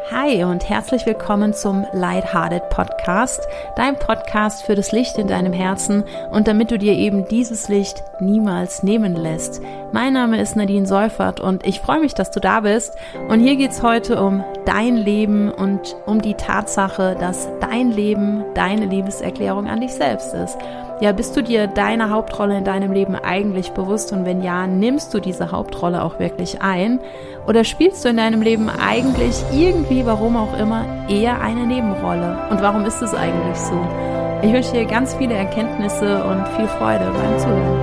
Hi und herzlich willkommen zum Lighthearted Podcast, dein Podcast für das Licht in deinem Herzen und damit du dir eben dieses Licht niemals nehmen lässt. Mein Name ist Nadine Seufert und ich freue mich, dass du da bist. Und hier geht's heute um dein Leben und um die Tatsache, dass dein Leben deine Liebeserklärung an dich selbst ist. Ja, bist du dir deiner Hauptrolle in deinem Leben eigentlich bewusst und wenn ja, nimmst du diese Hauptrolle auch wirklich ein? Oder spielst du in deinem Leben eigentlich irgendwie, warum auch immer, eher eine Nebenrolle? Und warum ist es eigentlich so? Ich wünsche dir ganz viele Erkenntnisse und viel Freude beim Zuhören.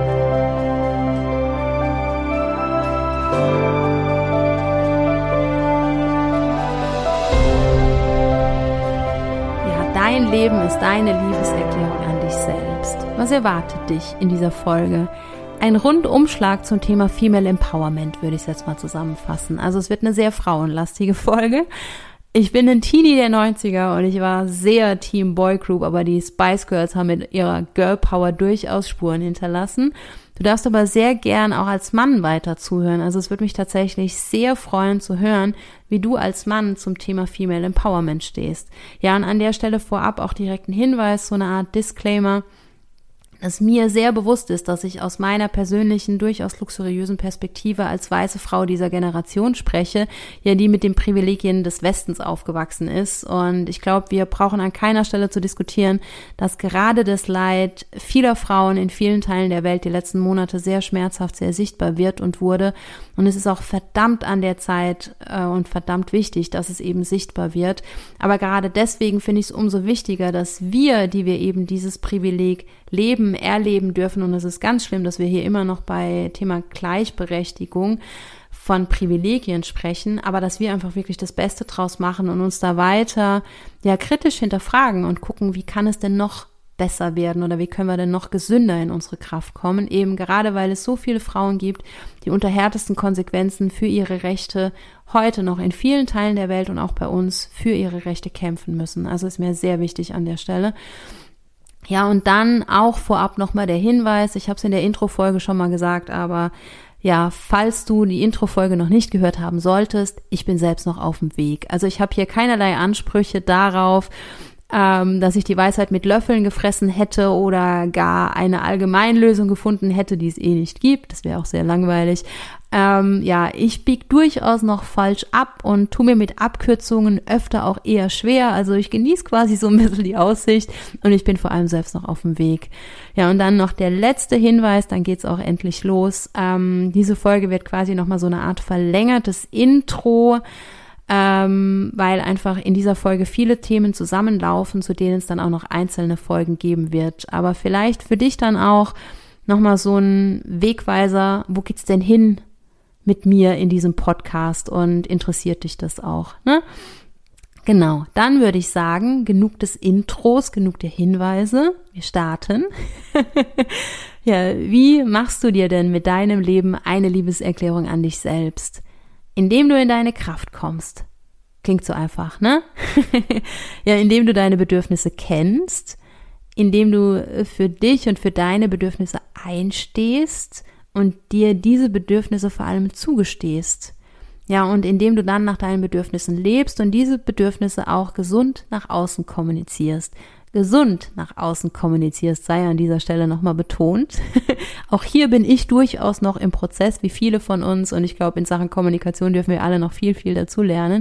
Dein Leben ist deine Liebeserklärung an dich selbst. Was erwartet dich in dieser Folge? Ein Rundumschlag zum Thema Female Empowerment würde ich es jetzt mal zusammenfassen. Also es wird eine sehr frauenlastige Folge. Ich bin ein Teenie der 90er und ich war sehr Team Boy Group, aber die Spice Girls haben mit ihrer Girl Power durchaus Spuren hinterlassen. Du darfst aber sehr gern auch als Mann weiter zuhören. Also es würde mich tatsächlich sehr freuen zu hören, wie du als Mann zum Thema Female Empowerment stehst. Ja, und an der Stelle vorab auch direkt ein Hinweis, so eine Art Disclaimer, dass mir sehr bewusst ist, dass ich aus meiner persönlichen, durchaus luxuriösen Perspektive als weiße Frau dieser Generation spreche, ja, die mit den Privilegien des Westens aufgewachsen ist. Und ich glaube, wir brauchen an keiner Stelle zu diskutieren, dass gerade das Leid vieler Frauen in vielen Teilen der Welt die letzten Monate sehr schmerzhaft, sehr sichtbar wird und wurde. Und es ist auch verdammt an der Zeit und verdammt wichtig, dass es eben sichtbar wird. Aber gerade deswegen finde ich es umso wichtiger, dass wir, die wir eben dieses Privileg erleben dürfen, und es ist ganz schlimm, dass wir hier immer noch bei Thema Gleichberechtigung von Privilegien sprechen, aber dass wir einfach wirklich das Beste draus machen und uns da weiter kritisch hinterfragen und gucken, wie kann es denn noch besser werden oder wie können wir denn noch gesünder in unsere Kraft kommen, eben gerade weil es so viele Frauen gibt, die unter härtesten Konsequenzen für ihre Rechte heute noch in vielen Teilen der Welt und auch bei uns für ihre Rechte kämpfen müssen. Also ist mir sehr wichtig an der Stelle. Ja, und dann auch vorab nochmal der Hinweis, ich habe es in der Intro-Folge schon mal gesagt, aber ja, falls du die Intro-Folge noch nicht gehört haben solltest, ich bin selbst noch auf dem Weg. Also ich habe hier keinerlei Ansprüche darauf, dass ich die Weisheit mit Löffeln gefressen hätte oder gar eine Allgemeinlösung gefunden hätte, die es eh nicht gibt. Das wäre auch sehr langweilig. Ich biege durchaus noch falsch ab und tue mir mit Abkürzungen öfter auch eher schwer. Also ich genieße quasi so ein bisschen die Aussicht und ich bin vor allem selbst noch auf dem Weg. Ja, und dann noch der letzte Hinweis, dann geht's auch endlich los. Diese Folge wird quasi nochmal so eine Art verlängertes Intro, weil einfach in dieser Folge viele Themen zusammenlaufen, zu denen es dann auch noch einzelne Folgen geben wird. Aber vielleicht für dich dann auch nochmal so ein Wegweiser, wo geht's denn hin mit mir in diesem Podcast und interessiert dich das auch, ne? Genau, dann würde ich sagen, genug des Intros, genug der Hinweise, wir starten. Ja, wie machst du dir denn mit deinem Leben eine Liebeserklärung an dich selbst? Indem du in deine Kraft kommst. Klingt so einfach, ne? Ja, indem du deine Bedürfnisse kennst, indem du für dich und für deine Bedürfnisse einstehst und dir diese Bedürfnisse vor allem zugestehst. Ja, und indem du dann nach deinen Bedürfnissen lebst und diese Bedürfnisse auch gesund nach außen kommunizierst. Gesund nach außen kommunizierst, sei an dieser Stelle nochmal betont. Auch hier bin ich durchaus noch im Prozess, wie viele von uns, und ich glaube, in Sachen Kommunikation dürfen wir alle noch viel, viel dazu lernen.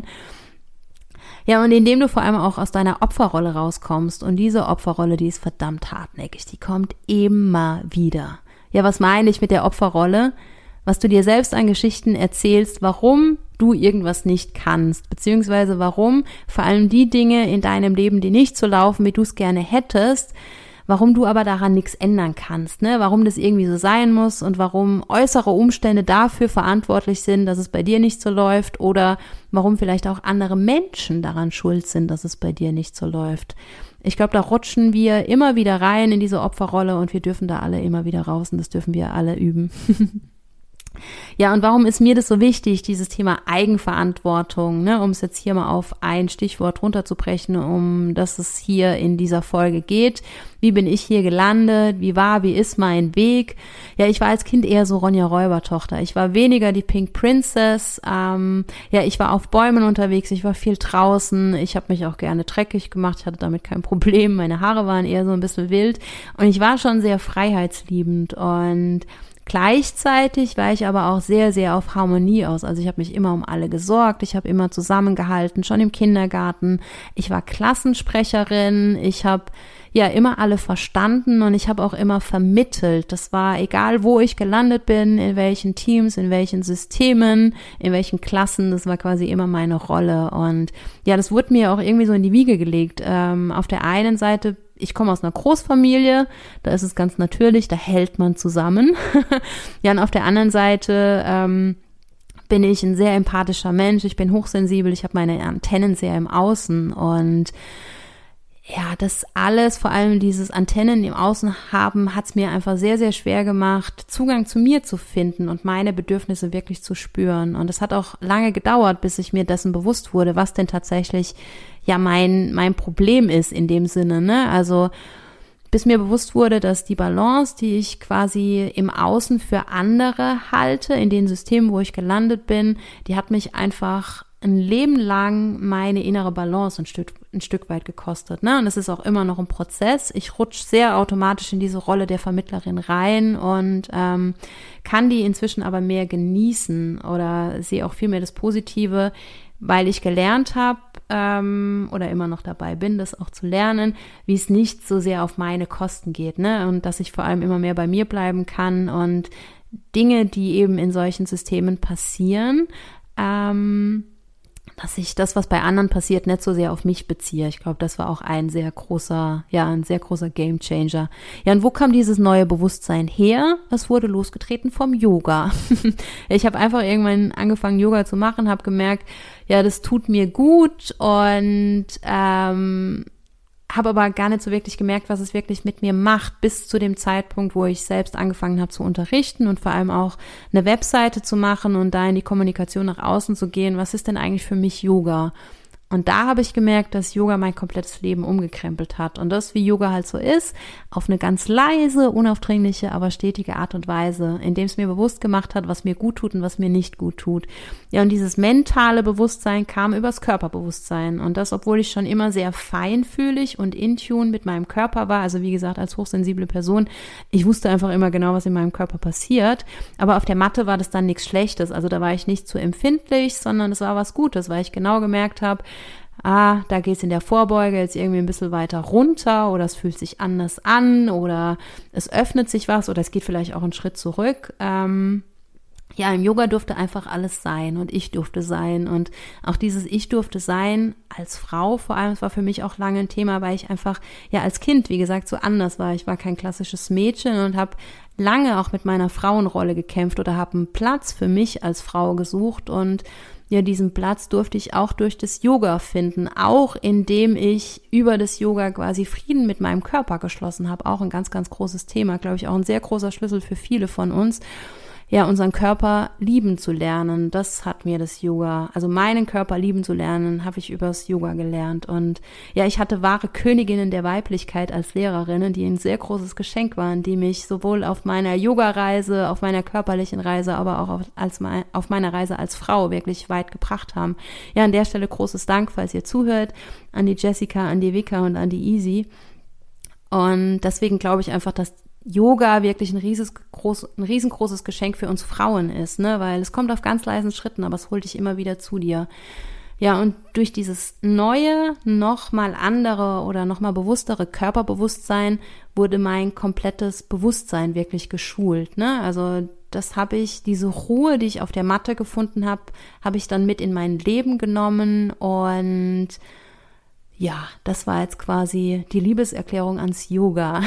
Ja, und indem du vor allem auch aus deiner Opferrolle rauskommst, und diese Opferrolle, die ist verdammt hartnäckig, die kommt immer wieder. Ja, was meine ich mit der Opferrolle? Was du dir selbst an Geschichten erzählst, warum du irgendwas nicht kannst, beziehungsweise warum vor allem die Dinge in deinem Leben, die nicht so laufen, wie du es gerne hättest, warum du aber daran nichts ändern kannst, ne? Warum das irgendwie so sein muss und warum äußere Umstände dafür verantwortlich sind, dass es bei dir nicht so läuft oder warum vielleicht auch andere Menschen daran schuld sind, dass es bei dir nicht so läuft. Ich glaube, da rutschen wir immer wieder rein in diese Opferrolle und wir dürfen da alle immer wieder raus und das dürfen wir alle üben. Ja, und warum ist mir das so wichtig, dieses Thema Eigenverantwortung, ne, um es jetzt hier mal auf ein Stichwort runterzubrechen, um das es hier in dieser Folge geht. Wie bin ich hier gelandet? Wie ist mein Weg? Ja, ich war als Kind eher so Ronja Räubertochter. Ich war weniger die Pink Princess. Ich war auf Bäumen unterwegs. Ich war viel draußen. Ich habe mich auch gerne dreckig gemacht. Ich hatte damit kein Problem. Meine Haare waren eher so ein bisschen wild. Und ich war schon sehr freiheitsliebend und gleichzeitig war ich aber auch sehr, sehr auf Harmonie aus. Also ich habe mich immer um alle gesorgt, ich habe immer zusammengehalten, schon im Kindergarten. Ich war Klassensprecherin, ich habe ja immer alle verstanden und ich habe auch immer vermittelt. Das war egal, wo ich gelandet bin, in welchen Teams, in welchen Systemen, in welchen Klassen, das war quasi immer meine Rolle. Und ja, das wurde mir auch irgendwie so in die Wiege gelegt. Auf der einen Seite, ich komme aus einer Großfamilie, da ist es ganz natürlich, da hält man zusammen. Ja, und auf der anderen Seite bin ich ein sehr empathischer Mensch, ich bin hochsensibel, ich habe meine Antennen sehr im Außen und ja, das alles, vor allem dieses Antennen im Außen haben, hat es mir einfach sehr, sehr schwer gemacht, Zugang zu mir zu finden und meine Bedürfnisse wirklich zu spüren. Und es hat auch lange gedauert, bis ich mir dessen bewusst wurde, was denn tatsächlich ja mein Problem ist in dem Sinne, ne? Also bis mir bewusst wurde, dass die Balance, die ich quasi im Außen für andere halte, in den Systemen, wo ich gelandet bin, die hat mich einfach ein Leben lang meine innere Balance ein Stück weit gekostet, ne? Und das ist auch immer noch ein Prozess. Ich rutsche sehr automatisch in diese Rolle der Vermittlerin rein und kann die inzwischen aber mehr genießen oder sehe auch viel mehr das Positive, weil ich gelernt habe oder immer noch dabei bin, das auch zu lernen, wie es nicht so sehr auf meine Kosten geht, ne? Und dass ich vor allem immer mehr bei mir bleiben kann und Dinge, die eben in solchen Systemen passieren, dass ich das, was bei anderen passiert, nicht so sehr auf mich beziehe. Ich glaube, das war auch ein sehr großer Gamechanger. Ja, und wo kam dieses neue Bewusstsein her? Es wurde losgetreten vom Yoga. Ich habe einfach irgendwann angefangen, Yoga zu machen, habe gemerkt, ja, das tut mir gut und habe aber gar nicht so wirklich gemerkt, was es wirklich mit mir macht, bis zu dem Zeitpunkt, wo ich selbst angefangen habe zu unterrichten und vor allem auch eine Webseite zu machen und da in die Kommunikation nach außen zu gehen. Was ist denn eigentlich für mich Yoga? Und da habe ich gemerkt, dass Yoga mein komplettes Leben umgekrempelt hat. Und das, wie Yoga halt so ist, auf eine ganz leise, unaufdringliche, aber stetige Art und Weise, indem es mir bewusst gemacht hat, was mir gut tut und was mir nicht gut tut. Ja, und dieses mentale Bewusstsein kam übers Körperbewusstsein. Und das, obwohl ich schon immer sehr feinfühlig und in Tune mit meinem Körper war. Also wie gesagt, als hochsensible Person, ich wusste einfach immer genau, was in meinem Körper passiert. Aber auf der Matte war das dann nichts Schlechtes. Also da war ich nicht zu empfindlich, sondern es war was Gutes, weil ich genau gemerkt habe, da geht's in der Vorbeuge jetzt irgendwie ein bisschen weiter runter oder es fühlt sich anders an oder es öffnet sich was oder es geht vielleicht auch einen Schritt zurück. Im Yoga durfte einfach alles sein und ich durfte sein und auch dieses Ich durfte sein als Frau vor allem, es war für mich auch lange ein Thema, weil ich einfach als Kind, wie gesagt, so anders war. Ich war kein klassisches Mädchen und habe lange auch mit meiner Frauenrolle gekämpft oder habe einen Platz für mich als Frau gesucht und ja, diesen Platz durfte ich auch durch das Yoga finden, auch indem ich über das Yoga quasi Frieden mit meinem Körper geschlossen habe. Auch ein ganz, ganz großes Thema, glaube ich, auch ein sehr großer Schlüssel für viele von uns. Ja, unseren Körper lieben zu lernen, das hat mir das Yoga, also meinen Körper lieben zu lernen, habe ich übers Yoga gelernt. Und ja, ich hatte wahre Königinnen der Weiblichkeit als Lehrerinnen, die ein sehr großes Geschenk waren, die mich sowohl auf meiner Yoga-Reise, auf meiner körperlichen Reise, aber auch auf meiner Reise als Frau wirklich weit gebracht haben. Ja, an der Stelle großes Dank, falls ihr zuhört, an die Jessica, an die Vika und an die Easy. Und deswegen glaube ich einfach, dass Yoga wirklich ein riesengroßes Geschenk für uns Frauen ist, ne, weil es kommt auf ganz leisen Schritten, aber es holt dich immer wieder zu dir. Ja, und durch dieses neue, nochmal andere oder nochmal bewusstere Körperbewusstsein wurde mein komplettes Bewusstsein wirklich geschult, ne, also das habe ich, diese Ruhe, die ich auf der Matte gefunden habe, habe ich dann mit in mein Leben genommen und ja, das war jetzt quasi die Liebeserklärung ans Yoga.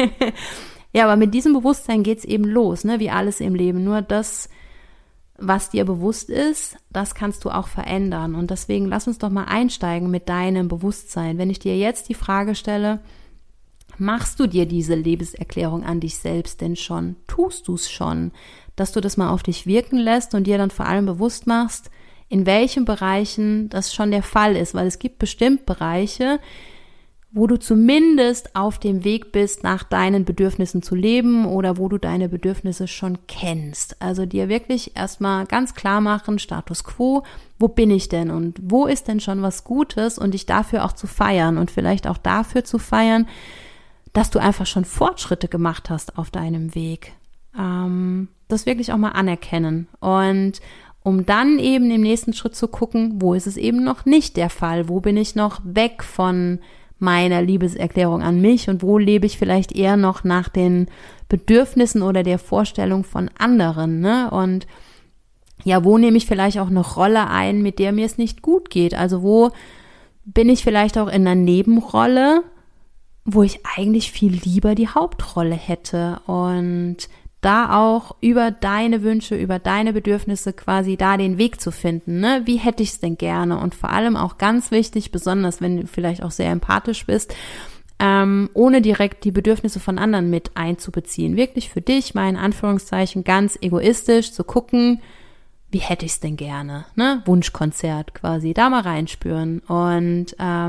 Ja, aber mit diesem Bewusstsein geht's eben los, ne, wie alles im Leben. Nur das, was dir bewusst ist, das kannst du auch verändern. Und deswegen lass uns doch mal einsteigen mit deinem Bewusstsein. Wenn ich dir jetzt die Frage stelle, Machst du dir diese Liebeserklärung an dich selbst denn schon? Tust du es schon? Dass du das mal auf dich wirken lässt und dir dann vor allem bewusst machst, in welchen Bereichen das schon der Fall ist, weil es gibt bestimmt Bereiche, wo du zumindest auf dem Weg bist, nach deinen Bedürfnissen zu leben oder wo du deine Bedürfnisse schon kennst. Also dir wirklich erstmal ganz klar machen, Status quo, wo bin ich denn und wo ist denn schon was Gutes und dich dafür auch zu feiern und vielleicht auch dafür zu feiern, dass du einfach schon Fortschritte gemacht hast auf deinem Weg. Das wirklich auch mal anerkennen und um dann eben im nächsten Schritt zu gucken, wo ist es eben noch nicht der Fall, wo bin ich noch weg von meiner Liebeserklärung an mich und wo lebe ich vielleicht eher noch nach den Bedürfnissen oder der Vorstellung von anderen, ne? Und ja, wo nehme ich vielleicht auch eine Rolle ein, mit der mir es nicht gut geht? Also wo bin ich vielleicht auch in einer Nebenrolle, wo ich eigentlich viel lieber die Hauptrolle hätte und da auch über deine Wünsche, über deine Bedürfnisse quasi da den Weg zu finden, ne? Wie hätte ich es denn gerne? Und vor allem auch ganz wichtig, besonders wenn du vielleicht auch sehr empathisch bist, ohne direkt die Bedürfnisse von anderen mit einzubeziehen. Wirklich für dich, mal in Anführungszeichen, ganz egoistisch zu gucken, wie hätte ich es denn gerne? Ne? Wunschkonzert quasi, da mal reinspüren und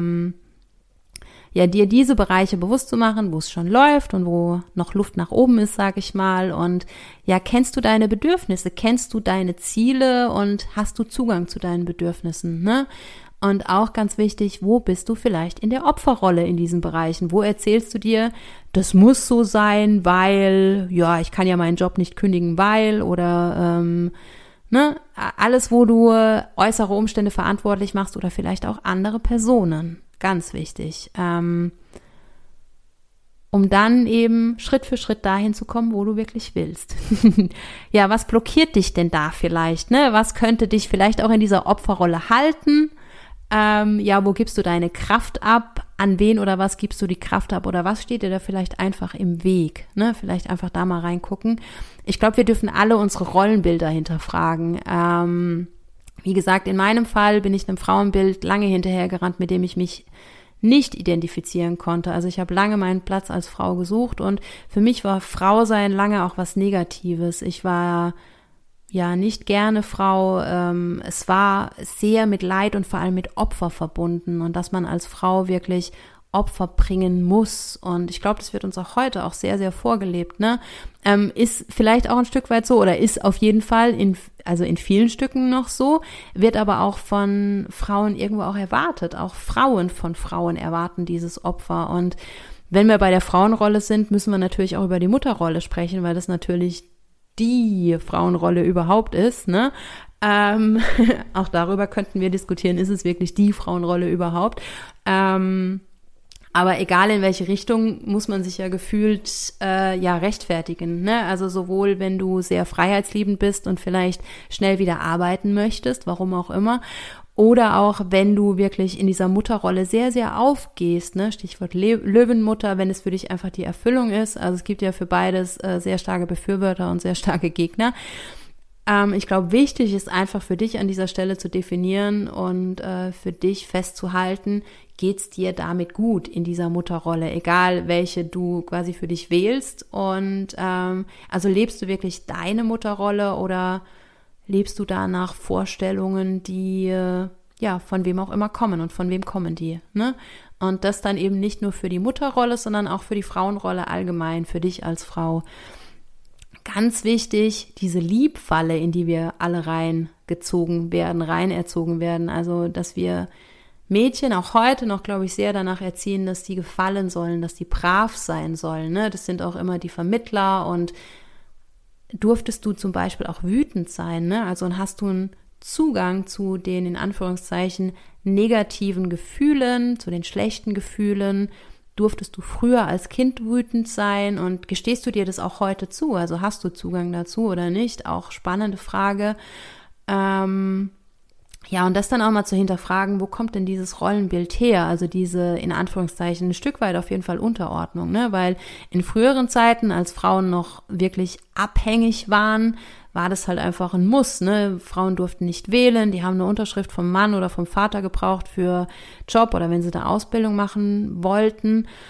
ja, dir diese Bereiche bewusst zu machen, wo es schon läuft und wo noch Luft nach oben ist, sag ich mal. Und ja, kennst du deine Bedürfnisse, kennst du deine Ziele und hast du Zugang zu deinen Bedürfnissen, ne? Und auch ganz wichtig, wo bist du vielleicht in der Opferrolle in diesen Bereichen? Wo erzählst du dir, das muss so sein, weil, ja, ich kann ja meinen Job nicht kündigen, weil oder ne? Alles, wo du äußere Umstände verantwortlich machst oder vielleicht auch andere Personen. Ganz wichtig, um dann eben Schritt für Schritt dahin zu kommen, wo du wirklich willst. Ja, was blockiert dich denn da vielleicht? Ne? Was könnte dich vielleicht auch in dieser Opferrolle halten? Ja, wo gibst du deine Kraft ab? An wen oder was gibst du die Kraft ab? Oder was steht dir da vielleicht einfach im Weg? Ne? Vielleicht einfach da mal reingucken. Ich glaube, wir dürfen alle unsere Rollenbilder hinterfragen. Wie gesagt, in meinem Fall bin ich einem Frauenbild lange hinterhergerannt, mit dem ich mich nicht identifizieren konnte. Also ich habe lange meinen Platz als Frau gesucht und für mich war Frau sein lange auch was Negatives. Ich war ja nicht gerne Frau. Es war sehr mit Leid und vor allem mit Opfer verbunden und dass man als Frau wirklich Opfer bringen muss. Und ich glaube, das wird uns auch heute auch sehr, sehr vorgelebt, ne? Ist vielleicht auch ein Stück weit so oder ist auf jeden Fall in vielen Stücken noch so, wird aber auch von Frauen irgendwo auch erwartet. Auch Frauen von Frauen erwarten dieses Opfer. Und wenn wir bei der Frauenrolle sind, müssen wir natürlich auch über die Mutterrolle sprechen, weil das natürlich die Frauenrolle überhaupt ist, ne? Auch darüber könnten wir diskutieren, ist es wirklich die Frauenrolle überhaupt? Aber egal in welche Richtung, muss man sich ja gefühlt rechtfertigen, ne? Also sowohl, wenn du sehr freiheitsliebend bist und vielleicht schnell wieder arbeiten möchtest, warum auch immer, oder auch, wenn du wirklich in dieser Mutterrolle sehr, sehr aufgehst, ne? Stichwort Löwenmutter, wenn es für dich einfach die Erfüllung ist. Also es gibt ja für beides sehr starke Befürworter und sehr starke Gegner. Ich glaube, wichtig ist einfach für dich an dieser Stelle zu definieren und für dich festzuhalten, geht's dir damit gut in dieser Mutterrolle, egal welche du quasi für dich wählst. Und also lebst du wirklich deine Mutterrolle oder lebst du da nach Vorstellungen, die von wem auch immer kommen und von wem kommen die, ne? Und das dann eben nicht nur für die Mutterrolle, sondern auch für die Frauenrolle allgemein, für dich als Frau. Ganz wichtig, diese Liebfalle, in die wir alle reinerzogen werden, also dass wir Mädchen auch heute noch, glaube ich, sehr danach erziehen, dass die gefallen sollen, dass die brav sein sollen, ne? Das sind auch immer die Vermittler und durftest du zum Beispiel auch wütend sein, ne? Also und hast du einen Zugang zu den, in Anführungszeichen, negativen Gefühlen, zu den schlechten Gefühlen. Durftest du früher als Kind wütend sein und gestehst du dir das auch heute zu? Also hast du Zugang dazu oder nicht? Auch spannende Frage. Und das dann auch mal zu hinterfragen, wo kommt denn dieses Rollenbild her? Also diese, in Anführungszeichen, ein Stück weit auf jeden Fall Unterordnung, ne? Weil in früheren Zeiten, als Frauen noch wirklich abhängig waren, war das halt einfach ein Muss, ne? Frauen durften nicht wählen, die haben eine Unterschrift vom Mann oder vom Vater gebraucht für Job oder wenn sie eine Ausbildung machen wollten.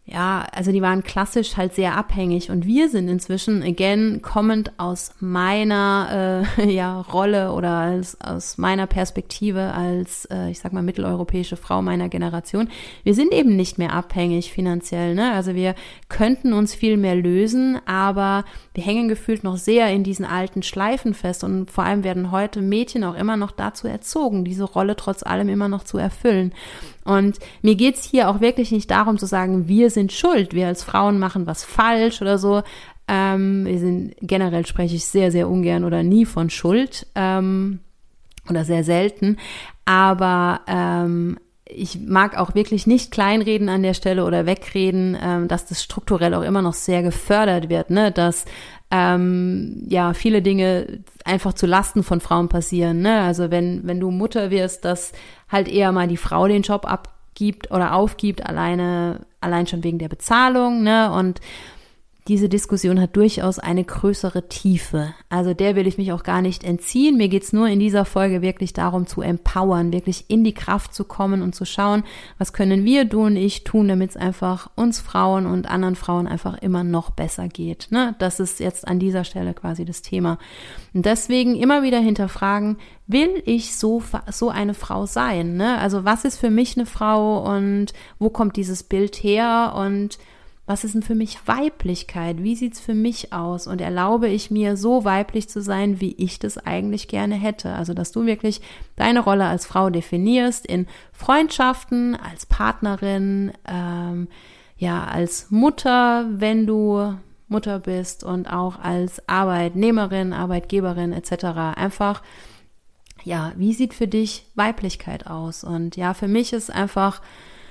also die waren klassisch halt sehr abhängig und wir sind inzwischen, again, kommend aus meiner Rolle oder aus meiner Perspektive als, ich sag mal, mitteleuropäische Frau meiner Generation, wir sind eben nicht mehr abhängig finanziell, ne? Also wir könnten uns viel mehr lösen, aber wir hängen gefühlt noch sehr in diesen alten Schleifen fest und vor allem werden heute Mädchen auch immer noch dazu erzogen, diese Rolle trotz allem immer noch zu erfüllen. Und mir geht's hier auch wirklich nicht darum zu sagen, wir sind schuld, wir als Frauen machen was falsch oder so. Generell spreche ich sehr, sehr ungern oder nie von Schuld oder sehr selten. Aber ich mag auch wirklich nicht kleinreden an der Stelle oder wegreden, dass das strukturell auch immer noch sehr gefördert wird, ne? Dass viele Dinge einfach zu Lasten von Frauen passieren, ne? Also wenn du Mutter wirst, dass halt eher mal die Frau den Job abgibt oder aufgibt, allein schon wegen der Bezahlung, ne? Und diese Diskussion hat durchaus eine größere Tiefe. Also der will ich mich auch gar nicht entziehen. Mir geht's nur in dieser Folge wirklich darum zu empowern, wirklich in die Kraft zu kommen und zu schauen, was können wir, du und ich, tun, damit es einfach uns Frauen und anderen Frauen einfach immer noch besser geht. Ne? Das ist jetzt an dieser Stelle quasi das Thema. Und deswegen immer wieder hinterfragen, will ich so eine Frau sein? Ne? Also was ist für mich eine Frau und wo kommt dieses Bild her und was ist denn für mich Weiblichkeit? Wie sieht's für mich aus? Und erlaube ich mir, so weiblich zu sein, wie ich das eigentlich gerne hätte? Also, dass du wirklich deine Rolle als Frau definierst in Freundschaften, als Partnerin, als Mutter, wenn du Mutter bist und auch als Arbeitnehmerin, Arbeitgeberin etc. Einfach, wie sieht für dich Weiblichkeit aus? Und für mich ist einfach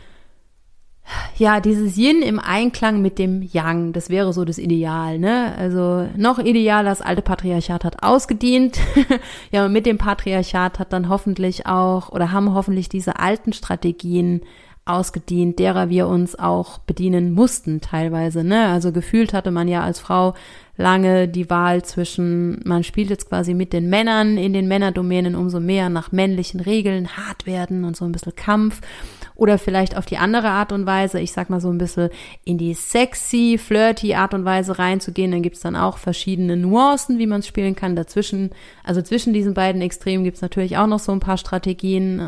dieses Yin im Einklang mit dem Yang, das wäre so das Ideal, ne? Also noch idealer, das alte Patriarchat hat ausgedient. Und mit dem Patriarchat hat dann haben hoffentlich diese alten Strategien ausgedient, derer wir uns auch bedienen mussten teilweise, ne? Also gefühlt hatte man ja als Frau lange die Wahl zwischen, man spielt jetzt quasi mit den Männern in den Männerdomänen umso mehr nach männlichen Regeln, hart werden und so ein bisschen Kampf. Oder vielleicht auf die andere Art und Weise, ich sag mal so ein bisschen in die sexy, flirty Art und Weise reinzugehen. Dann gibt's dann auch verschiedene Nuancen, wie man es spielen kann. Zwischen diesen beiden Extremen gibt's natürlich auch noch so ein paar Strategien.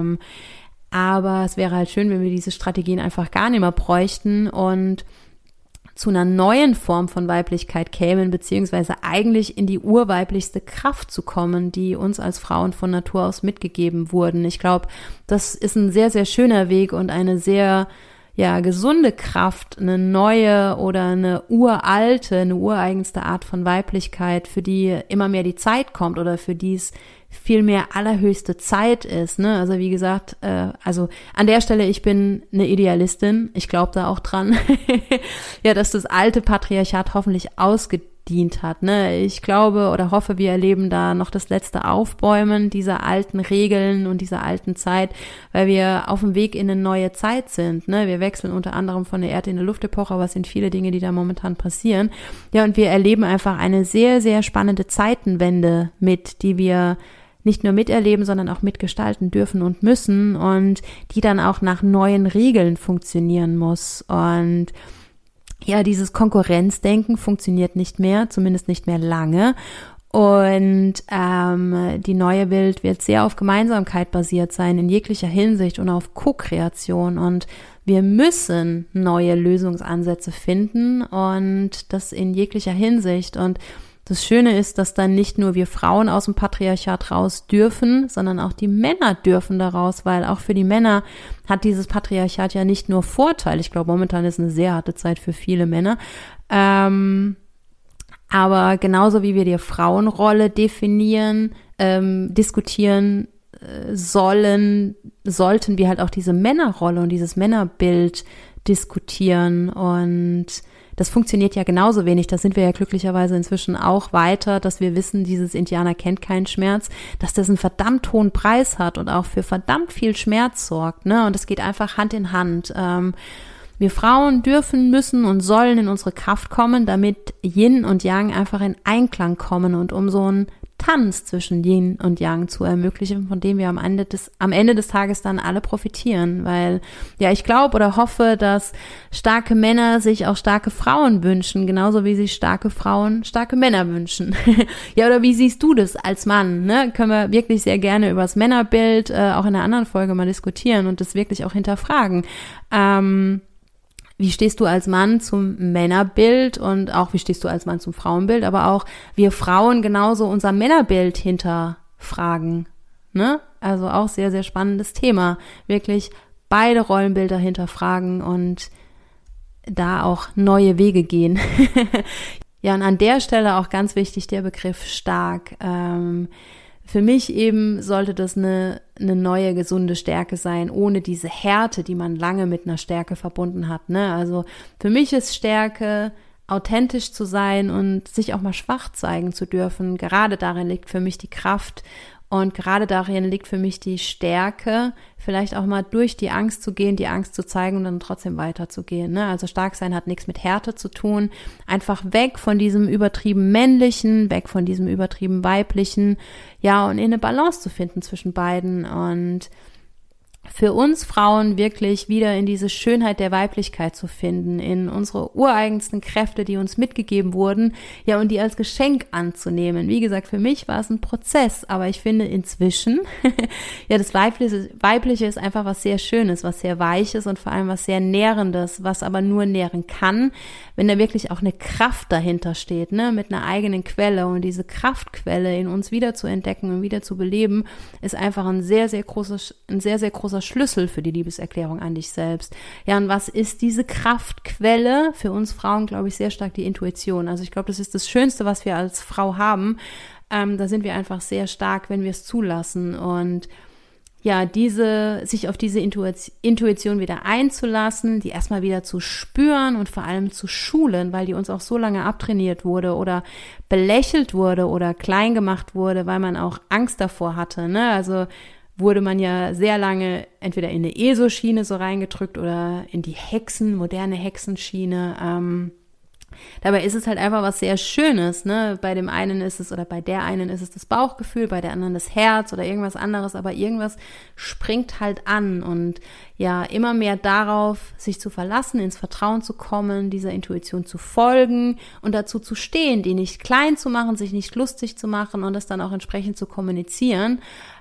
Aber es wäre halt schön, wenn wir diese Strategien einfach gar nicht mehr bräuchten und zu einer neuen Form von Weiblichkeit kämen, beziehungsweise eigentlich in die urweiblichste Kraft zu kommen, die uns als Frauen von Natur aus mitgegeben wurden. Ich glaube, das ist ein sehr, sehr schöner Weg und eine sehr gesunde Kraft, eine neue oder eine ureigenste Art von Weiblichkeit, für die immer mehr die Zeit kommt oder für die es viel mehr allerhöchste Zeit ist, ne? Also wie gesagt, an der Stelle, ich bin eine Idealistin, ich glaube da auch dran, dass das alte Patriarchat hoffentlich ausgedient hat, ne? Ich glaube oder hoffe, wir erleben da noch das letzte Aufbäumen dieser alten Regeln und dieser alten Zeit, weil wir auf dem Weg in eine neue Zeit sind, ne? Wir wechseln unter anderem von der Erde in eine Luftepoche, aber es sind viele Dinge, die da momentan passieren. Und wir erleben einfach eine sehr, sehr spannende Zeitenwende die wir nicht nur miterleben, sondern auch mitgestalten dürfen und müssen und die dann auch nach neuen Regeln funktionieren muss. Und dieses Konkurrenzdenken funktioniert nicht mehr, zumindest nicht mehr lange. Und die neue Welt wird sehr auf Gemeinsamkeit basiert sein, in jeglicher Hinsicht und auf Co-Kreation. Und wir müssen neue Lösungsansätze finden und das in jeglicher Hinsicht. Und das Schöne ist, dass dann nicht nur wir Frauen aus dem Patriarchat raus dürfen, sondern auch die Männer dürfen da raus, weil auch für die Männer hat dieses Patriarchat ja nicht nur Vorteile. Ich glaube, momentan ist eine sehr harte Zeit für viele Männer. Aber genauso wie wir die Frauenrolle definieren, diskutieren sollten wir halt auch diese Männerrolle und dieses Männerbild diskutieren und das funktioniert ja genauso wenig. Da sind wir ja glücklicherweise inzwischen auch weiter, dass wir wissen, dieses Indianer kennt keinen Schmerz, dass das einen verdammt hohen Preis hat und auch für verdammt viel Schmerz sorgt, ne? Und es geht einfach Hand in Hand. Wir Frauen dürfen, müssen und sollen in unsere Kraft kommen, damit Yin und Yang einfach in Einklang kommen und um so ein Distanz zwischen Yin und Yang zu ermöglichen, von dem wir am Ende des Tages dann alle profitieren, weil ja, ich glaube oder hoffe, dass starke Männer sich auch starke Frauen wünschen, genauso wie sich starke Frauen starke Männer wünschen. Ja, oder wie siehst du das als Mann? Ne? Können wir wirklich sehr gerne über das Männerbild auch in einer anderen Folge mal diskutieren und das wirklich auch hinterfragen. Wie stehst du als Mann zum Männerbild und auch wie stehst du als Mann zum Frauenbild, aber auch wir Frauen genauso unser Männerbild hinterfragen, ne? Also auch sehr, sehr spannendes Thema. Wirklich beide Rollenbilder hinterfragen und da auch neue Wege gehen. Ja, und an der Stelle auch ganz wichtig der Begriff stark. Für mich eben sollte das eine neue, gesunde Stärke sein, ohne diese Härte, die man lange mit einer Stärke verbunden hat, ne? Also für mich ist Stärke, authentisch zu sein und sich auch mal schwach zeigen zu dürfen. Gerade darin liegt für mich die Kraft und gerade darin liegt für mich die Stärke, vielleicht auch mal durch die Angst zu gehen, die Angst zu zeigen und dann trotzdem weiterzugehen, ne? Also stark sein hat nichts mit Härte zu tun. Einfach weg von diesem übertrieben männlichen, weg von diesem übertrieben weiblichen, ja, und in eine Balance zu finden zwischen beiden und für uns Frauen wirklich wieder in diese Schönheit der Weiblichkeit zu finden, in unsere ureigensten Kräfte, die uns mitgegeben wurden, ja, und die als Geschenk anzunehmen. Wie gesagt, für mich war es ein Prozess, aber ich finde inzwischen, ja, das Weibliche ist einfach was sehr Schönes, was sehr Weiches und vor allem was sehr Nährendes, was aber nur nähren kann, wenn da wirklich auch eine Kraft dahinter steht, ne, mit einer eigenen Quelle, und diese Kraftquelle in uns wieder zu entdecken und wieder zu beleben, ist einfach ein sehr, sehr großer Schlüssel für die Liebeserklärung an dich selbst. Ja, und was ist diese Kraftquelle? Für uns Frauen, glaube ich, sehr stark die Intuition. Also ich glaube, das ist das Schönste, was wir als Frau haben. Da sind wir einfach sehr stark, wenn wir es zulassen. Und ja, sich auf diese Intuition wieder einzulassen, die erstmal wieder zu spüren und vor allem zu schulen, weil die uns auch so lange abtrainiert wurde oder belächelt wurde oder klein gemacht wurde, weil man auch Angst davor hatte, ne? Also wurde man ja sehr lange entweder in eine ESO-Schiene so reingedrückt oder in die moderne Hexenschiene. Dabei ist es halt einfach was sehr Schönes, ne? Bei dem einen ist es oder bei der einen ist es das Bauchgefühl, bei der anderen das Herz oder irgendwas anderes, aber irgendwas springt halt an und ja, immer mehr darauf, sich zu verlassen, ins Vertrauen zu kommen, dieser Intuition zu folgen und dazu zu stehen, die nicht klein zu machen, sich nicht lustig zu machen und das dann auch entsprechend zu kommunizieren.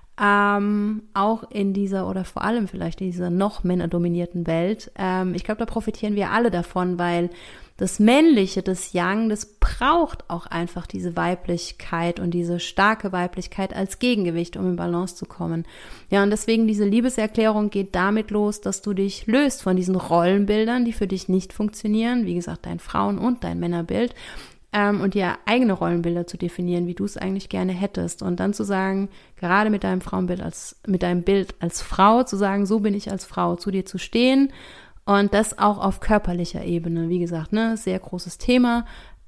Auch in dieser oder vor allem vielleicht in dieser noch männerdominierten Welt. Ich glaube, da profitieren wir alle davon, weil das Männliche, das Yang, das braucht auch einfach diese Weiblichkeit und diese starke Weiblichkeit als Gegengewicht, um in Balance zu kommen. Ja, und deswegen diese Liebeserklärung geht damit los, dass du dich löst von diesen Rollenbildern, die für dich nicht funktionieren. Wie gesagt, dein Frauen- und dein Männerbild. Und dir eigene Rollenbilder zu definieren, wie du es eigentlich gerne hättest. Und dann zu sagen, gerade mit deinem mit deinem Bild als Frau, zu sagen, so bin ich als Frau, zu dir zu stehen. Und das auch auf körperlicher Ebene. Wie gesagt, ne, sehr großes Thema.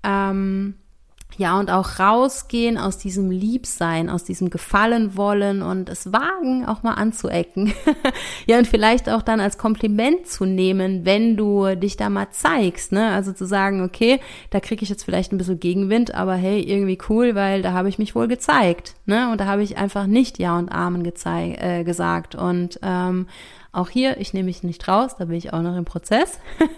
Ja, und auch rausgehen aus diesem Liebsein, aus diesem Gefallen wollen und es wagen, auch mal anzuecken. Ja, und vielleicht auch dann als Kompliment zu nehmen, wenn du dich da mal zeigst, ne? Also zu sagen, okay, da kriege ich jetzt vielleicht ein bisschen Gegenwind, aber hey, irgendwie cool, weil da habe ich mich wohl gezeigt, ne? Und da habe ich einfach nicht Ja und Amen gesagt. Und auch hier, ich nehme mich nicht raus, da bin ich auch noch im Prozess.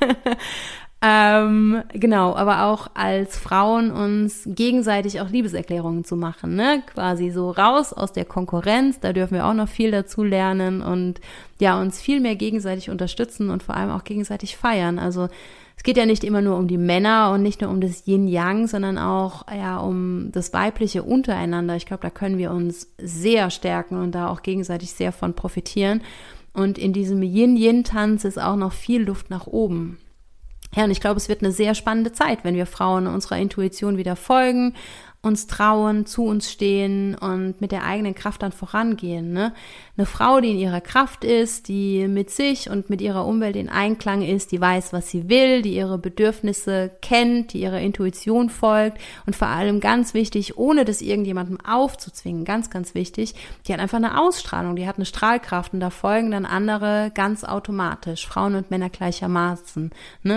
Genau, aber auch als Frauen uns gegenseitig auch Liebeserklärungen zu machen, ne? Quasi so raus aus der Konkurrenz, da dürfen wir auch noch viel dazu lernen und ja, uns viel mehr gegenseitig unterstützen und vor allem auch gegenseitig feiern. Also es geht ja nicht immer nur um die Männer und nicht nur um das Yin-Yang, sondern auch ja um das Weibliche untereinander. Ich glaube, da können wir uns sehr stärken und da auch gegenseitig sehr von profitieren. Und in diesem Yin-Yin-Tanz ist auch noch viel Luft nach oben. Ja, und ich glaube, es wird eine sehr spannende Zeit, wenn wir Frauen unserer Intuition wieder folgen, uns trauen, zu uns stehen und mit der eigenen Kraft dann vorangehen, ne? Eine Frau, die in ihrer Kraft ist, die mit sich und mit ihrer Umwelt in Einklang ist, die weiß, was sie will, die ihre Bedürfnisse kennt, die ihrer Intuition folgt und vor allem ganz wichtig, ohne das irgendjemandem aufzuzwingen, ganz, ganz wichtig, die hat einfach eine Ausstrahlung, die hat eine Strahlkraft und da folgen dann andere ganz automatisch, Frauen und Männer gleichermaßen, ne?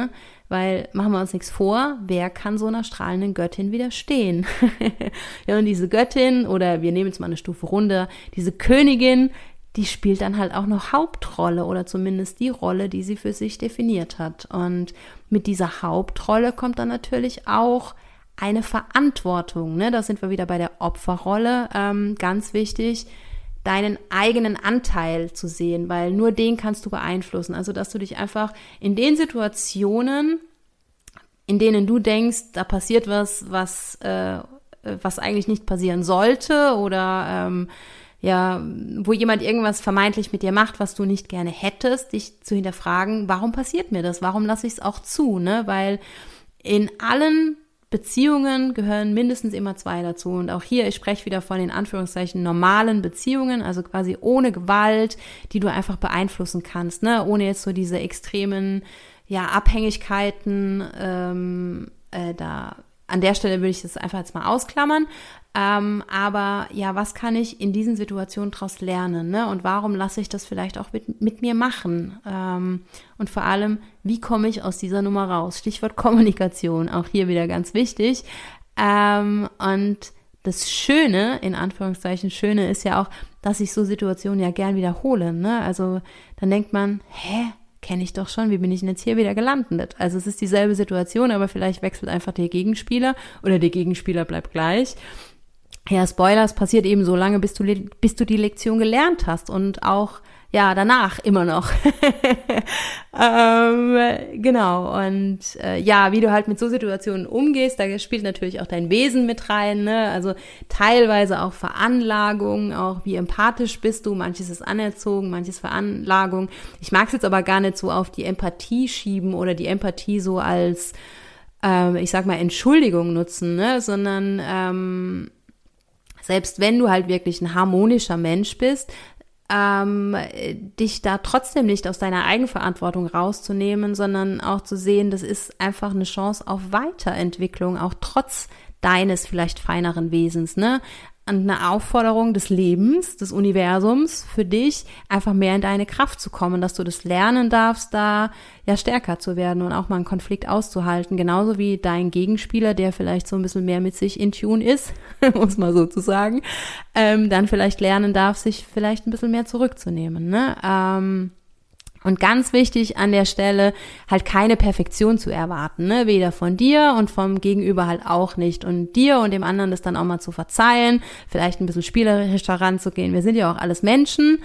weil, machen wir uns nichts vor, wer kann so einer strahlenden Göttin widerstehen? Ja, und diese Göttin, oder wir nehmen jetzt mal eine Stufe runter, diese Königin, die spielt dann halt auch noch Hauptrolle oder zumindest die Rolle, die sie für sich definiert hat. Und mit dieser Hauptrolle kommt dann natürlich auch eine Verantwortung, ne? Da sind wir wieder bei der Opferrolle, ganz wichtig, deinen eigenen Anteil zu sehen, weil nur den kannst du beeinflussen. Also, dass du dich einfach in den Situationen, in denen du denkst, da passiert was eigentlich nicht passieren sollte oder wo jemand irgendwas vermeintlich mit dir macht, was du nicht gerne hättest, dich zu hinterfragen, warum passiert mir das? Warum lasse ich es auch zu? Ne? Weil in allen Beziehungen gehören mindestens immer 2 dazu. Und auch hier, ich spreche wieder von den Anführungszeichen normalen Beziehungen, also quasi ohne Gewalt, die du einfach beeinflussen kannst, ne? Ohne jetzt so diese extremen Abhängigkeiten, da an der Stelle würde ich das einfach jetzt mal ausklammern. Aber ja, was kann ich in diesen Situationen daraus lernen, ne? Und warum lasse ich das vielleicht auch mit mir machen? Und vor allem, wie komme ich aus dieser Nummer raus? Stichwort Kommunikation, auch hier wieder ganz wichtig. Und das Schöne, in Anführungszeichen Schöne, ist ja auch, dass sich so Situationen ja gern wiederholen, ne? Also dann denkt man, kenne ich doch schon, wie bin ich denn jetzt hier wieder gelandet? Also es ist dieselbe Situation, aber vielleicht wechselt einfach der Gegenspieler oder der Gegenspieler bleibt gleich. Ja, Spoiler, es passiert eben so lange, bis du die Lektion gelernt hast und auch, danach immer noch. Genau, und wie du halt mit so Situationen umgehst, da spielt natürlich auch dein Wesen mit rein, ne? Also teilweise auch Veranlagung, auch wie empathisch bist du, manches ist anerzogen, manches Veranlagung. Ich mag es jetzt aber gar nicht so auf die Empathie schieben oder die Empathie so als, ich sag mal, Entschuldigung nutzen, ne? Sondern selbst wenn du halt wirklich ein harmonischer Mensch bist, dich da trotzdem nicht aus deiner Eigenverantwortung rauszunehmen, sondern auch zu sehen, das ist einfach eine Chance auf Weiterentwicklung, auch trotz deines vielleicht feineren Wesens, ne? Und eine Aufforderung des Lebens, des Universums für dich, einfach mehr in deine Kraft zu kommen, dass du das lernen darfst, da stärker zu werden und auch mal einen Konflikt auszuhalten, genauso wie dein Gegenspieler, der vielleicht so ein bisschen mehr mit sich in Tune ist, muss man so zu sagen, dann vielleicht lernen darf, sich vielleicht ein bisschen mehr zurückzunehmen, ne? Und ganz wichtig an der Stelle, halt keine Perfektion zu erwarten, ne? Weder von dir und vom Gegenüber halt auch nicht. Und dir und dem anderen das dann auch mal zu verzeihen, vielleicht ein bisschen spielerischer ranzugehen. Wir sind ja auch alles Menschen,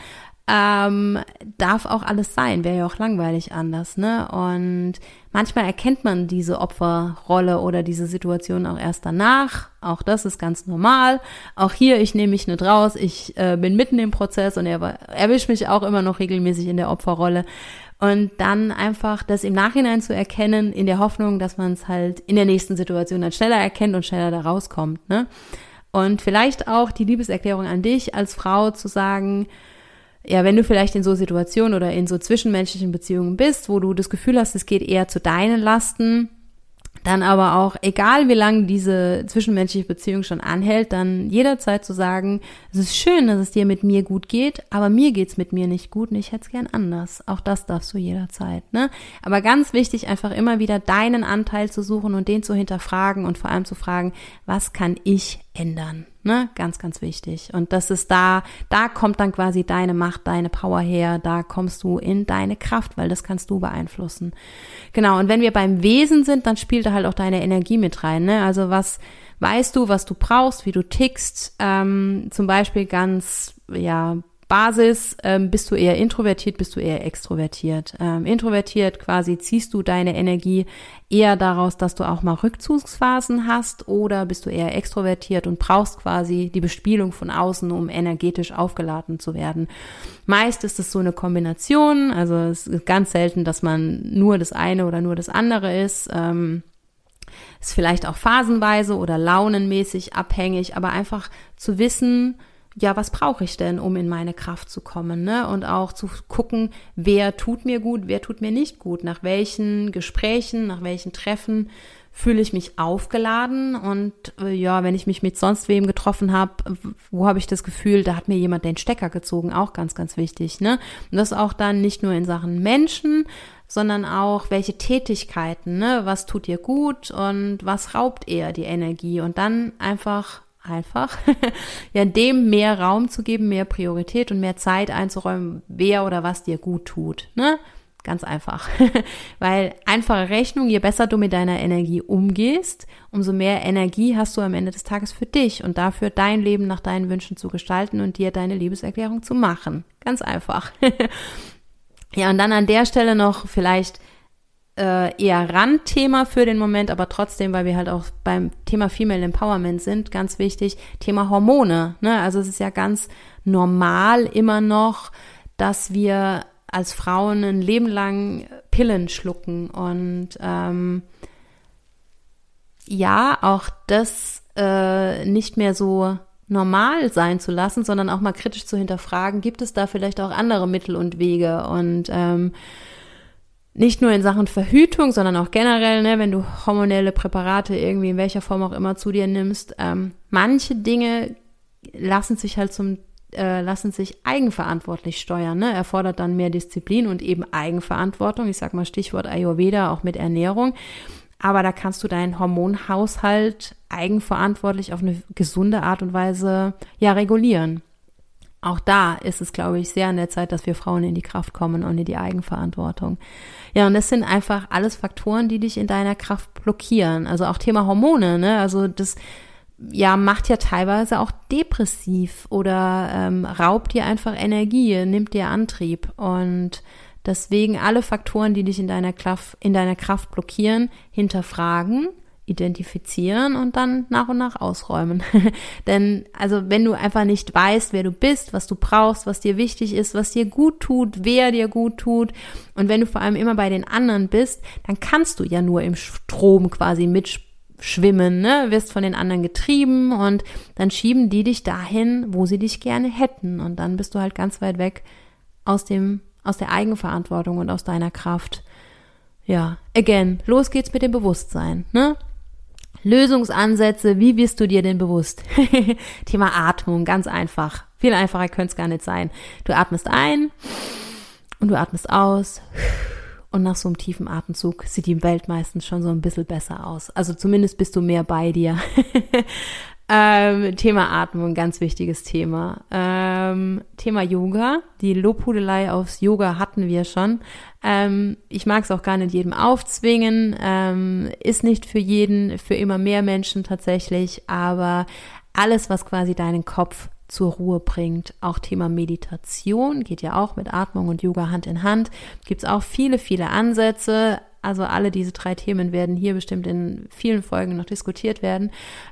darf auch alles sein, wäre ja auch langweilig anders, ne? Und manchmal erkennt man diese Opferrolle oder diese Situation auch erst danach. Auch das ist ganz normal. Auch hier, ich nehme mich nicht raus. Ich bin mitten im Prozess und erwische mich auch immer noch regelmäßig in der Opferrolle. Und dann einfach das im Nachhinein zu erkennen, in der Hoffnung, dass man es halt in der nächsten Situation dann schneller erkennt und schneller da rauskommt, ne? Und vielleicht auch die Liebeserklärung an dich als Frau zu sagen, wenn du vielleicht in so Situationen oder in so zwischenmenschlichen Beziehungen bist, wo du das Gefühl hast, es geht eher zu deinen Lasten, dann aber auch, egal wie lange diese zwischenmenschliche Beziehung schon anhält, dann jederzeit zu sagen, es ist schön, dass es dir mit mir gut geht, aber mir geht's mit mir nicht gut und ich hätte es gern anders. Auch das darfst du jederzeit, ne? Aber ganz wichtig, einfach immer wieder deinen Anteil zu suchen und den zu hinterfragen und vor allem zu fragen, was kann ich ändern? Ne? Ganz, ganz wichtig. Und das ist da kommt dann quasi deine Macht, deine Power her, da kommst du in deine Kraft, weil das kannst du beeinflussen. Genau, und wenn wir beim Wesen sind, dann spielt da halt auch deine Energie mit rein, ne? Also was weißt du, was du brauchst, wie du tickst, zum Beispiel ganz, Basis, bist du eher introvertiert, bist du eher extrovertiert. Introvertiert quasi ziehst du deine Energie eher daraus, dass du auch mal Rückzugsphasen hast, oder bist du eher extrovertiert und brauchst quasi die Bespielung von außen, um energetisch aufgeladen zu werden. Meist ist es so eine Kombination, also es ist ganz selten, dass man nur das eine oder nur das andere ist. Ist vielleicht auch phasenweise oder launenmäßig abhängig, aber einfach zu wissen, was brauche ich denn, um in meine Kraft zu kommen, ne? Und auch zu gucken, wer tut mir gut, wer tut mir nicht gut, nach welchen Gesprächen, nach welchen Treffen Fühle ich mich aufgeladen und wenn ich mich mit sonst wem getroffen habe, wo habe ich das Gefühl, da hat mir jemand den Stecker gezogen, auch ganz, ganz wichtig, ne? Und das auch dann nicht nur in Sachen Menschen, sondern auch welche Tätigkeiten, ne? Was tut dir gut und was raubt eher die Energie und dann einfach dem mehr Raum zu geben, mehr Priorität und mehr Zeit einzuräumen, wer oder was dir gut tut, ne? Ganz einfach. Weil einfache Rechnung, je besser du mit deiner Energie umgehst, umso mehr Energie hast du am Ende des Tages für dich und dafür dein Leben nach deinen Wünschen zu gestalten und dir deine Liebeserklärung zu machen. Ganz einfach. Ja, und dann an der Stelle noch vielleicht eher Randthema für den Moment, aber trotzdem, weil wir halt auch beim Thema Female Empowerment sind, ganz wichtig, Thema Hormone. Ne? Also es ist ja ganz normal immer noch, dass wir als Frauen ein Leben lang Pillen schlucken und auch das nicht mehr so normal sein zu lassen, sondern auch mal kritisch zu hinterfragen, gibt es da vielleicht auch andere Mittel und Wege und nicht nur in Sachen Verhütung, sondern auch generell, ne, wenn du hormonelle Präparate irgendwie in welcher Form auch immer zu dir nimmst, manche Dinge lassen sich eigenverantwortlich steuern, ne? Erfordert dann mehr Disziplin und eben Eigenverantwortung. Ich sag mal Stichwort Ayurveda, auch mit Ernährung. Aber da kannst du deinen Hormonhaushalt eigenverantwortlich auf eine gesunde Art und Weise regulieren. Auch da ist es, glaube ich, sehr an der Zeit, dass wir Frauen in die Kraft kommen und in die Eigenverantwortung. Ja, und das sind einfach alles Faktoren, die dich in deiner Kraft blockieren. Also auch Thema Hormone, ne? Also das macht ja teilweise auch depressiv oder raubt dir einfach Energie, nimmt dir Antrieb. Und deswegen alle Faktoren, die dich in deiner Kraft blockieren, hinterfragen, identifizieren und dann nach und nach ausräumen. Denn also wenn du einfach nicht weißt, wer du bist, was du brauchst, was dir wichtig ist, was dir gut tut, wer dir gut tut und wenn du vor allem immer bei den anderen bist, dann kannst du ja nur im Strom quasi mitschwimmen, ne? Wirst von den anderen getrieben und dann schieben die dich dahin, wo sie dich gerne hätten und dann bist du halt ganz weit weg aus der Eigenverantwortung und aus deiner Kraft. Ja, again, los geht's mit dem Bewusstsein, ne? Lösungsansätze, wie wirst du dir denn bewusst? Thema Atmung, ganz einfach. Viel einfacher könnte es gar nicht sein. Du atmest ein und du atmest aus und nach so einem tiefen Atemzug sieht die Welt meistens schon so ein bisschen besser aus. Also zumindest bist du mehr bei dir. Thema Atmung, ganz wichtiges Thema. Thema Yoga, die Lobhudelei aufs Yoga hatten wir schon. Ich mag es auch gar nicht jedem aufzwingen, ist nicht für jeden, für immer mehr Menschen tatsächlich, aber alles, was quasi deinen Kopf zur Ruhe bringt, auch Thema Meditation, geht ja auch mit Atmung und Yoga Hand in Hand, gibt's auch viele, viele Ansätze. Also alle diese 3 Themen werden hier bestimmt in vielen Folgen noch diskutiert werden.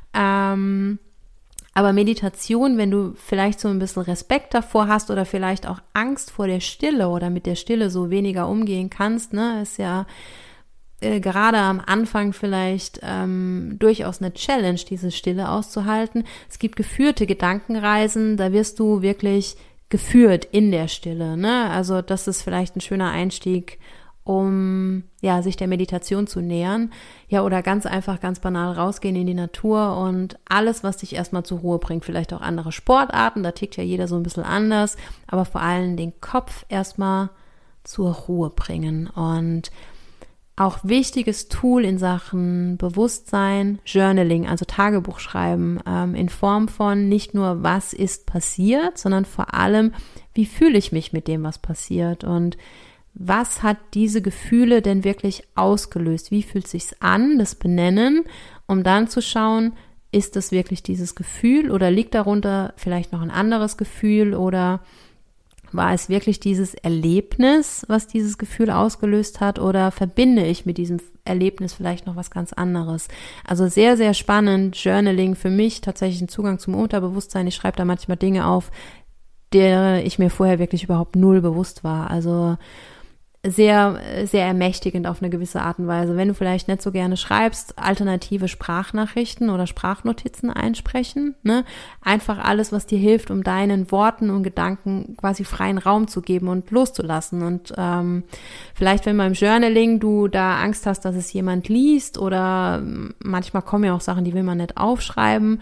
Aber Meditation, wenn du vielleicht so ein bisschen Respekt davor hast oder vielleicht auch Angst vor der Stille oder mit der Stille so weniger umgehen kannst, ne, ist ja gerade am Anfang vielleicht durchaus eine Challenge, diese Stille auszuhalten. Es gibt geführte Gedankenreisen, da wirst du wirklich geführt in der Stille, ne? Also das ist vielleicht ein schöner Einstieg, um sich der Meditation zu nähern, oder ganz einfach, ganz banal rausgehen in die Natur und alles, was dich erstmal zur Ruhe bringt, vielleicht auch andere Sportarten, da tickt ja jeder so ein bisschen anders, aber vor allem den Kopf erstmal zur Ruhe bringen und auch wichtiges Tool in Sachen Bewusstsein, Journaling, also Tagebuch schreiben, in Form von nicht nur, was ist passiert, sondern vor allem, wie fühle ich mich mit dem, was passiert und was hat diese Gefühle denn wirklich ausgelöst? Wie fühlt es sich an, das Benennen, um dann zu schauen, ist es wirklich dieses Gefühl oder liegt darunter vielleicht noch ein anderes Gefühl oder war es wirklich dieses Erlebnis, was dieses Gefühl ausgelöst hat oder verbinde ich mit diesem Erlebnis vielleicht noch was ganz anderes? Also sehr, sehr spannend, Journaling für mich tatsächlich ein Zugang zum Unterbewusstsein. Ich schreibe da manchmal Dinge auf, der ich mir vorher wirklich überhaupt null bewusst war. Also sehr, sehr ermächtigend auf eine gewisse Art und Weise. Wenn du vielleicht nicht so gerne schreibst, alternative Sprachnachrichten oder Sprachnotizen einsprechen, ne? Einfach alles, was dir hilft, um deinen Worten und Gedanken quasi freien Raum zu geben und loszulassen. Und vielleicht, wenn beim Journaling du da Angst hast, dass es jemand liest, oder manchmal kommen ja auch Sachen, die will man nicht aufschreiben,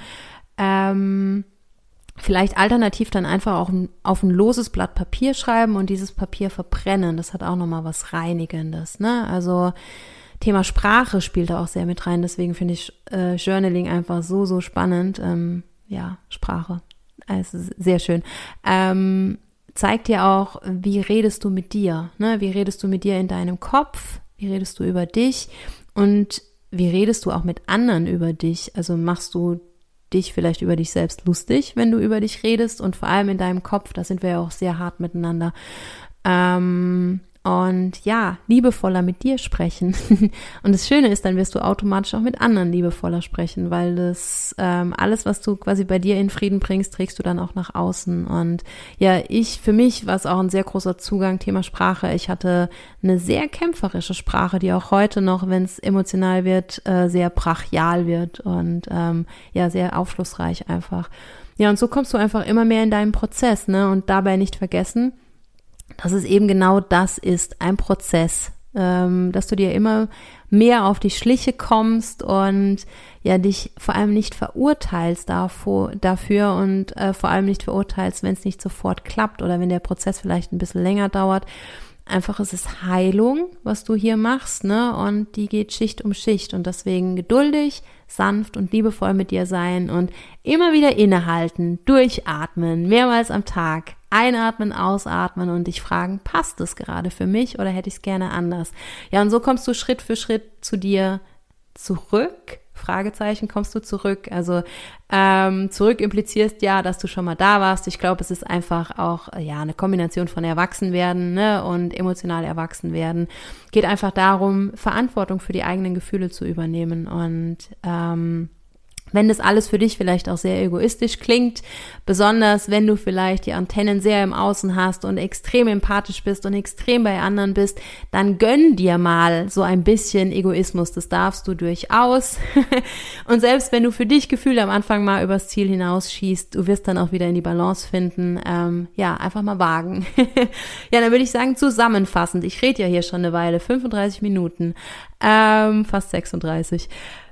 vielleicht alternativ dann einfach auch auf ein loses Blatt Papier schreiben und dieses Papier verbrennen. Das hat auch nochmal was Reinigendes, ne? Also Thema Sprache spielt da auch sehr mit rein. Deswegen finde ich Journaling einfach so, so spannend. Sprache. Also sehr schön. Zeigt dir auch, wie redest du mit dir, ne? Wie redest du mit dir in deinem Kopf? Wie redest du über dich? Und wie redest du auch mit anderen über dich? Also machst du dich vielleicht über dich selbst lustig, wenn du über dich redest, und vor allem in deinem Kopf, da sind wir ja auch sehr hart miteinander. Und ja, liebevoller mit dir sprechen. Und das Schöne ist, dann wirst du automatisch auch mit anderen liebevoller sprechen, weil das alles, was du quasi bei dir in Frieden bringst, trägst du dann auch nach außen. Und ja, für mich war es auch ein sehr großer Zugang, Thema Sprache. Ich hatte eine sehr kämpferische Sprache, die auch heute noch, wenn es emotional wird, sehr brachial wird und sehr aufschlussreich einfach. Ja, und so kommst du einfach immer mehr in deinen Prozess, ne? Und dabei nicht vergessen, dass es eben genau das ist, ein Prozess, dass du dir immer mehr auf die Schliche kommst und ja dich vor allem nicht verurteilst dafür und vor allem nicht verurteilst, wenn es nicht sofort klappt oder wenn der Prozess vielleicht ein bisschen länger dauert. Einfach, es ist Heilung, was du hier machst, ne? Und die geht Schicht um Schicht, und deswegen geduldig, sanft und liebevoll mit dir sein und immer wieder innehalten, durchatmen, mehrmals am Tag. Einatmen, ausatmen und dich fragen, passt es gerade für mich oder hätte ich es gerne anders? Ja, und so kommst du Schritt für Schritt zu dir zurück. Fragezeichen, kommst du zurück? Also zurück implizierst ja, dass du schon mal da warst. Ich glaube, es ist einfach auch eine Kombination von Erwachsenwerden, ne, und emotional Erwachsenwerden. Geht einfach darum, Verantwortung für die eigenen Gefühle zu übernehmen. Und wenn das alles für dich vielleicht auch sehr egoistisch klingt, besonders wenn du vielleicht die Antennen sehr im Außen hast und extrem empathisch bist und extrem bei anderen bist, dann gönn dir mal so ein bisschen Egoismus, das darfst du durchaus. Und selbst wenn du für dich Gefühle am Anfang mal übers Ziel hinausschießt, du wirst dann auch wieder in die Balance finden, einfach mal wagen. Ja, dann würde ich sagen, zusammenfassend, ich rede ja hier schon eine Weile, 35 Minuten, fast 36.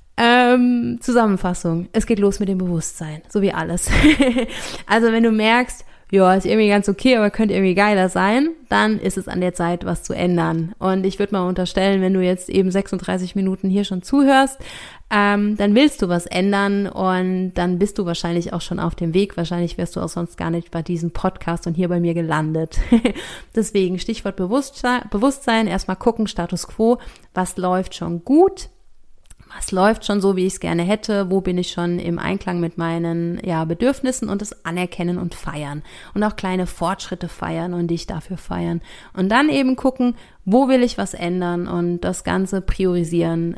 Zusammenfassung. Es geht los mit dem Bewusstsein, so wie alles. Also wenn du merkst, ja, ist irgendwie ganz okay, aber könnte irgendwie geiler sein, dann ist es an der Zeit, was zu ändern. Und ich würde mal unterstellen, wenn du jetzt eben 36 Minuten hier schon zuhörst, dann willst du was ändern und dann bist du wahrscheinlich auch schon auf dem Weg. Wahrscheinlich wärst du auch sonst gar nicht bei diesem Podcast und hier bei mir gelandet. Deswegen Stichwort Bewusstsein, erstmal gucken, Status Quo, was läuft schon gut? Was läuft schon so, wie ich es gerne hätte? Wo bin ich schon im Einklang mit meinen Bedürfnissen? Und das anerkennen und feiern. Und auch kleine Fortschritte feiern und dich dafür feiern. Und dann eben gucken, wo will ich was ändern? Und das Ganze priorisieren.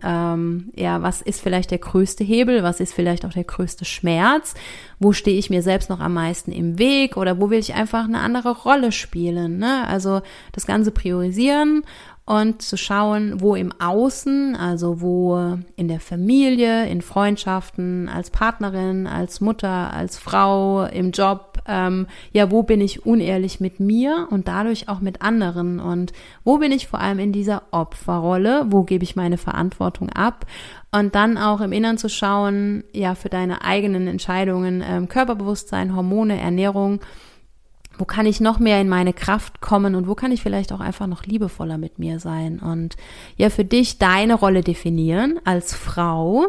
Was ist vielleicht der größte Hebel? Was ist vielleicht auch der größte Schmerz? Wo stehe ich mir selbst noch am meisten im Weg? Oder wo will ich einfach eine andere Rolle spielen? Ne? Also das Ganze priorisieren. Und zu schauen, wo im Außen, also wo in der Familie, in Freundschaften, als Partnerin, als Mutter, als Frau, im Job, wo bin ich unehrlich mit mir und dadurch auch mit anderen, und wo bin ich vor allem in dieser Opferrolle, wo gebe ich meine Verantwortung ab, und dann auch im Inneren zu schauen, für deine eigenen Entscheidungen, Körperbewusstsein, Hormone, Ernährung. Wo kann ich noch mehr in meine Kraft kommen und wo kann ich vielleicht auch einfach noch liebevoller mit mir sein? Und für dich deine Rolle definieren als Frau.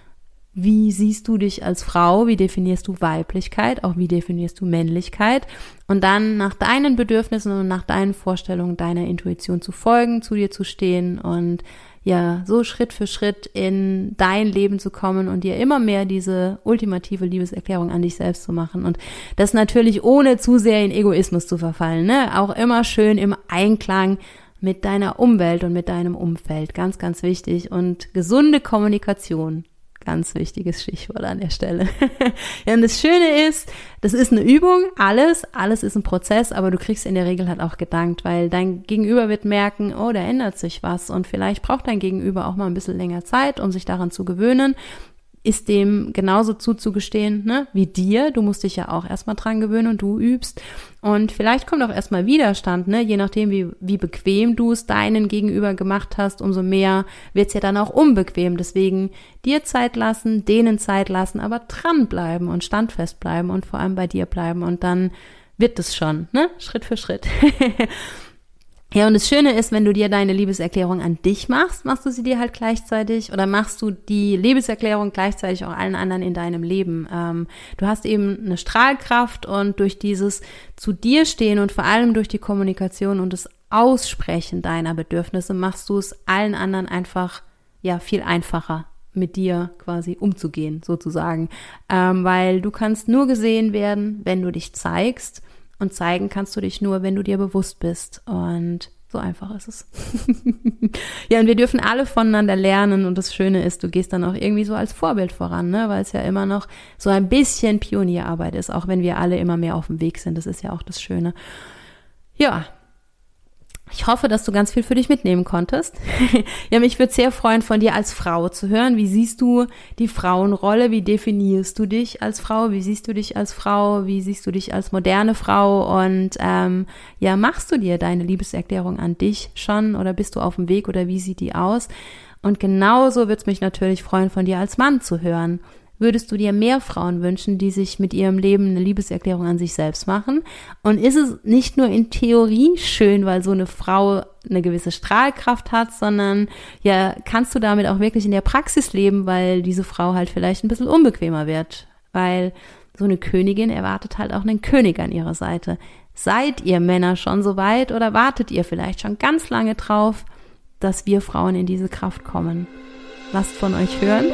Wie siehst du dich als Frau? Wie definierst du Weiblichkeit? Auch wie definierst du Männlichkeit? Und dann nach deinen Bedürfnissen und nach deinen Vorstellungen, deiner Intuition zu folgen, zu dir zu stehen und so Schritt für Schritt in dein Leben zu kommen und dir immer mehr diese ultimative Liebeserklärung an dich selbst zu machen. Und das natürlich ohne zu sehr in Egoismus zu verfallen, ne? Auch immer schön im Einklang mit deiner Umwelt und mit deinem Umfeld. Ganz, ganz wichtig. Und gesunde Kommunikation. Ganz wichtiges Stichwort an der Stelle. Ja, und das Schöne ist, das ist eine Übung, alles ist ein Prozess, aber du kriegst in der Regel halt auch gedankt, weil dein Gegenüber wird merken, oh, da ändert sich was und vielleicht braucht dein Gegenüber auch mal ein bisschen länger Zeit, um sich daran zu gewöhnen. Ist dem genauso zuzugestehen, ne, wie dir. Du musst dich ja auch erstmal dran gewöhnen und du übst. Und vielleicht kommt auch erstmal Widerstand, ne, je nachdem, wie bequem du es deinen Gegenüber gemacht hast, umso mehr wird es ja dann auch unbequem. Deswegen dir Zeit lassen, denen Zeit lassen, aber dranbleiben und standfest bleiben und vor allem bei dir bleiben. Und dann wird es schon, ne, Schritt für Schritt. Ja, und das Schöne ist, wenn du dir deine Liebeserklärung an dich machst, machst du sie dir halt gleichzeitig oder machst du die Liebeserklärung gleichzeitig auch allen anderen in deinem Leben. Du hast eben eine Strahlkraft und durch dieses zu dir stehen und vor allem durch die Kommunikation und das Aussprechen deiner Bedürfnisse machst du es allen anderen einfach, ja, viel einfacher mit dir quasi umzugehen, sozusagen. Weil du kannst nur gesehen werden, wenn du dich zeigst. Und zeigen kannst du dich nur, wenn du dir bewusst bist. Und so einfach ist es. Ja, und wir dürfen alle voneinander lernen. Und das Schöne ist, du gehst dann auch irgendwie so als Vorbild voran, ne? Weil es ja immer noch so ein bisschen Pionierarbeit ist, auch wenn wir alle immer mehr auf dem Weg sind. Das ist ja auch das Schöne. Ja, ich hoffe, dass du ganz viel für dich mitnehmen konntest. Ja, mich würde sehr freuen, von dir als Frau zu hören. Wie siehst du die Frauenrolle? Wie definierst du dich als Frau? Wie siehst du dich als Frau? Wie siehst du dich als moderne Frau? Und ja, machst du dir deine Liebeserklärung an dich schon oder bist du auf dem Weg oder wie sieht die aus? Und genauso würde es mich natürlich freuen, von dir als Mann zu hören. Würdest du dir mehr Frauen wünschen, die sich mit ihrem Leben eine Liebeserklärung an sich selbst machen? Und ist es nicht nur in Theorie schön, weil so eine Frau eine gewisse Strahlkraft hat, sondern ja, kannst du damit auch wirklich in der Praxis leben, weil diese Frau halt vielleicht ein bisschen unbequemer wird? Weil so eine Königin erwartet halt auch einen König an ihrer Seite. Seid ihr Männer schon so weit oder wartet ihr vielleicht schon ganz lange drauf, dass wir Frauen in diese Kraft kommen? Lasst von euch hören.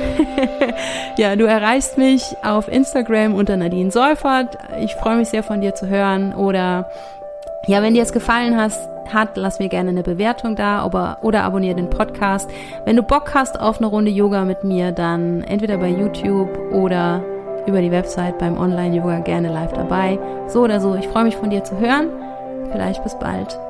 Ja, du erreichst mich auf Instagram unter Nadine Seufert. Ich freue mich sehr, von dir zu hören. Oder ja, wenn dir es gefallen hat, lass mir gerne eine Bewertung da oder abonniere den Podcast. Wenn du Bock hast auf eine Runde Yoga mit mir, dann entweder bei YouTube oder über die Website beim Online-Yoga gerne live dabei. So oder so, ich freue mich, von dir zu hören. Vielleicht bis bald.